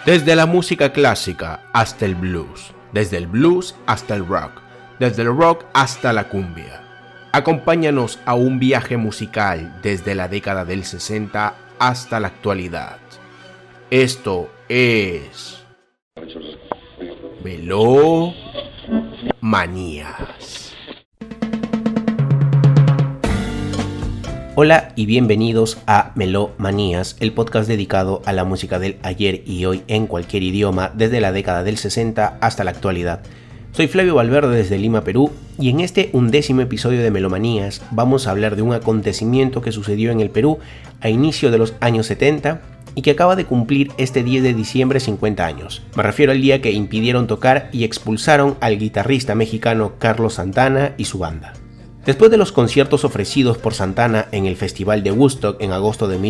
Desde la música clásica hasta el blues, desde el blues hasta el rock, desde el rock hasta la cumbia. Acompáñanos a un viaje musical desde la década del 60 hasta la actualidad. Esto es Melomanías. Hola y bienvenidos a Melomanías, el podcast dedicado a la música del ayer y hoy en cualquier idioma desde la década del 60 hasta la actualidad. Soy Flavio Valverde desde Lima, Perú, y en este 11º episodio de Melomanías vamos a hablar de un acontecimiento que sucedió en el Perú a inicio de los años 70 y que acaba de cumplir este 10 de diciembre 50 años. Me refiero al día que impidieron tocar y expulsaron al guitarrista mexicano Carlos Santana y su banda. Después de los conciertos ofrecidos por Santana en el Festival de Woodstock en agosto de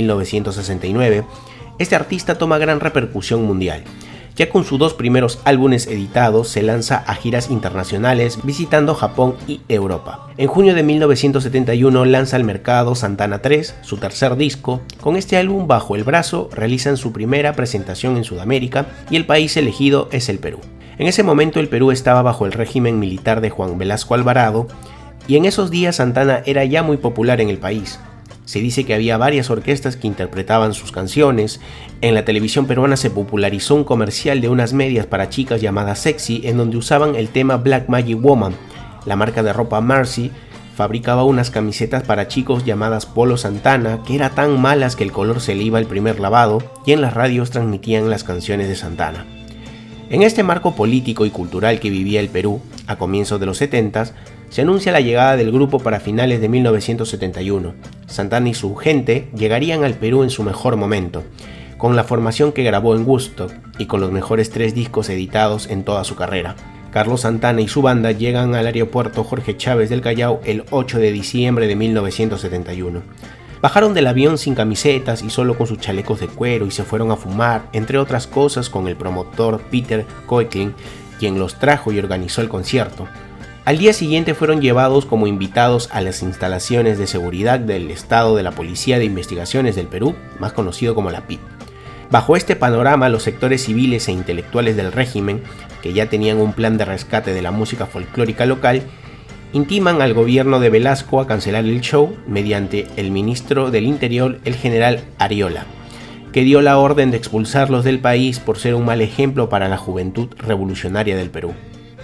1969, este artista toma gran repercusión mundial. Ya con sus dos primeros álbumes editados se lanza a giras internacionales visitando Japón y Europa. En junio de 1971 lanza al mercado Santana 3, su tercer disco. Con este álbum bajo el brazo realizan su primera presentación en Sudamérica y el país elegido es el Perú. En ese momento el Perú estaba bajo el régimen militar de Juan Velasco Alvarado y en esos días Santana era ya muy popular en el país. Se dice que había varias orquestas que interpretaban sus canciones. En la televisión peruana se popularizó un comercial de unas medias para chicas llamadas Sexy, en donde usaban el tema Black Magic Woman. La marca de ropa Marcy fabricaba unas camisetas para chicos llamadas Polo Santana, que eran tan malas que el color se le iba al primer lavado, y en las radios transmitían las canciones de Santana. En este marco político y cultural que vivía el Perú, a comienzos de los 70s, se anuncia la llegada del grupo para finales de 1971. Santana y su gente llegarían al Perú en su mejor momento, con la formación que grabó en Woodstock y con los mejores 3 discos editados en toda su carrera. Carlos Santana y su banda llegan al aeropuerto Jorge Chávez del Callao el 8 de diciembre de 1971. Bajaron del avión sin camisetas y solo con sus chalecos de cuero y se fueron a fumar, entre otras cosas con el promotor Peter Koechlin, quien los trajo y organizó el concierto. Al día siguiente fueron llevados como invitados a las instalaciones de seguridad del Estado de la Policía de Investigaciones del Perú, más conocido como la PIP. Bajo este panorama, los sectores civiles e intelectuales del régimen, que ya tenían un plan de rescate de la música folclórica local, intiman al gobierno de Velasco a cancelar el show mediante el ministro del Interior, el general Ariola, que dio la orden de expulsarlos del país por ser un mal ejemplo para la juventud revolucionaria del Perú.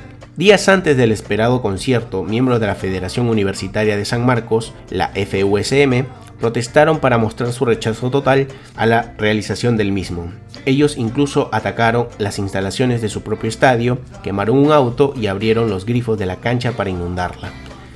Días antes del esperado concierto, miembros de la Federación Universitaria de San Marcos, la FUSM, protestaron para mostrar su rechazo total a la realización del mismo. Ellos incluso atacaron las instalaciones de su propio estadio, quemaron un auto y abrieron los grifos de la cancha para inundarla.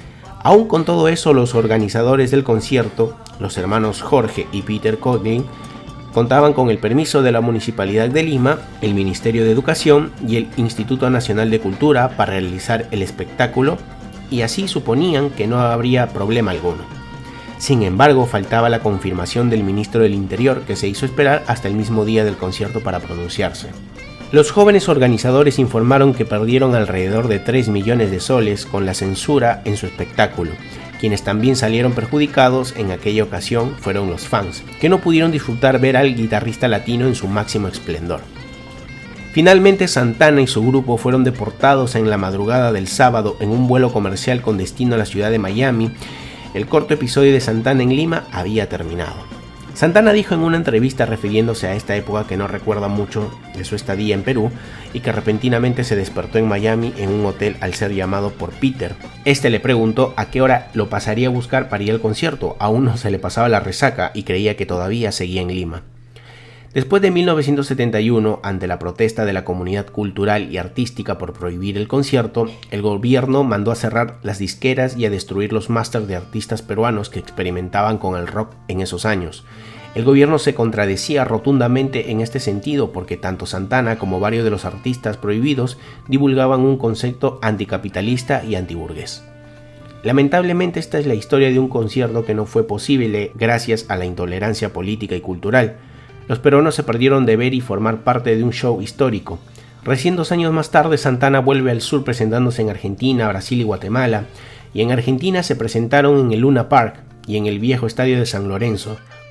Aún con todo eso, los organizadores del concierto, los hermanos Jorge y Peter Koechlin, contaban con el permiso de la Municipalidad de Lima, el Ministerio de Educación y el Instituto Nacional de Cultura para realizar el espectáculo, y así suponían que no habría problema alguno. Sin embargo, faltaba la confirmación del ministro del Interior, que se hizo esperar hasta el mismo día del concierto para pronunciarse. Los jóvenes organizadores informaron que perdieron alrededor de 3 millones de soles con la censura en su espectáculo. Quienes también salieron perjudicados en aquella ocasión fueron los fans, que no pudieron disfrutar ver al guitarrista latino en su máximo esplendor. Finalmente, Santana y su grupo fueron deportados en la madrugada del sábado en un vuelo comercial con destino a la ciudad de Miami. El corto episodio de Santana en Lima había terminado. Santana dijo en una entrevista refiriéndose a esta época que no recuerda mucho de su estadía en Perú y que repentinamente se despertó en Miami en un hotel al ser llamado por Peter. Este le preguntó a qué hora lo pasaría a buscar para ir al concierto. Aún no se le pasaba la resaca y creía que todavía seguía en Lima. Después de 1971, ante la protesta de la comunidad cultural y artística por prohibir el concierto, el gobierno mandó a cerrar las disqueras y a destruir los másters de artistas peruanos que experimentaban con el rock en esos años. El gobierno se contradecía rotundamente en este sentido porque tanto Santana como varios de los artistas prohibidos divulgaban un concepto anticapitalista y antiburgués. Lamentablemente esta es la historia de un concierto que no fue posible gracias a la intolerancia política y cultural. Los peruanos se perdieron de ver y formar parte de un show histórico. Recién 2 años más tarde, Santana vuelve al sur presentándose en Argentina, Brasil y Guatemala, y en Argentina se presentaron en el Luna Park y en el viejo estadio de San Lorenzo,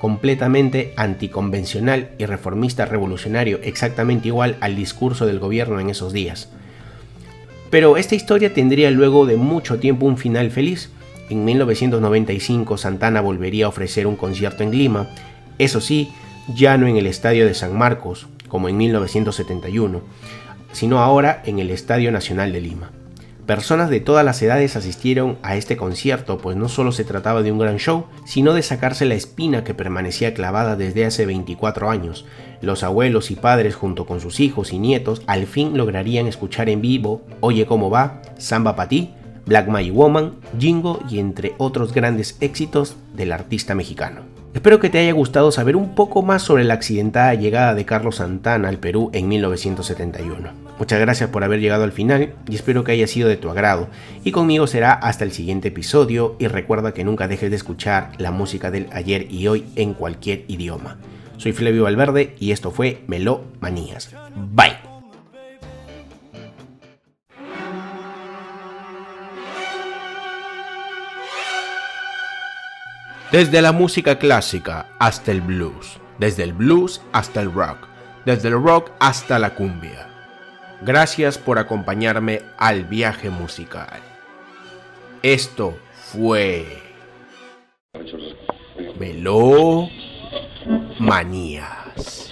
completamente anticonvencional y reformista revolucionario, exactamente igual al discurso del gobierno en esos días. Pero esta historia tendría luego de mucho tiempo un final feliz. En 1995 Santana volvería a ofrecer un concierto en Lima, eso sí, ya no en el Estadio de San Marcos, como en 1971, sino ahora en el Estadio Nacional de Lima. Personas de todas las edades asistieron a este concierto, pues no solo se trataba de un gran show, sino de sacarse la espina que permanecía clavada desde hace 24 años. Los abuelos y padres, junto con sus hijos y nietos, al fin lograrían escuchar en vivo Oye Cómo Va, Samba Pa' Ti, Black Magic Woman, Jingo y entre otros grandes éxitos del artista mexicano. Espero que te haya gustado saber un poco más sobre la accidentada llegada de Carlos Santana al Perú en 1971. Muchas gracias por haber llegado al final y espero que haya sido de tu agrado. Y conmigo será hasta el siguiente episodio y recuerda que nunca dejes de escuchar la música del ayer y hoy en cualquier idioma. Soy Flavio Valverde y esto fue Meló Manías. Bye. Desde la música clásica hasta el blues, desde el blues hasta el rock, desde el rock hasta la cumbia. Gracias por acompañarme al viaje musical. Esto fue Meló Manías.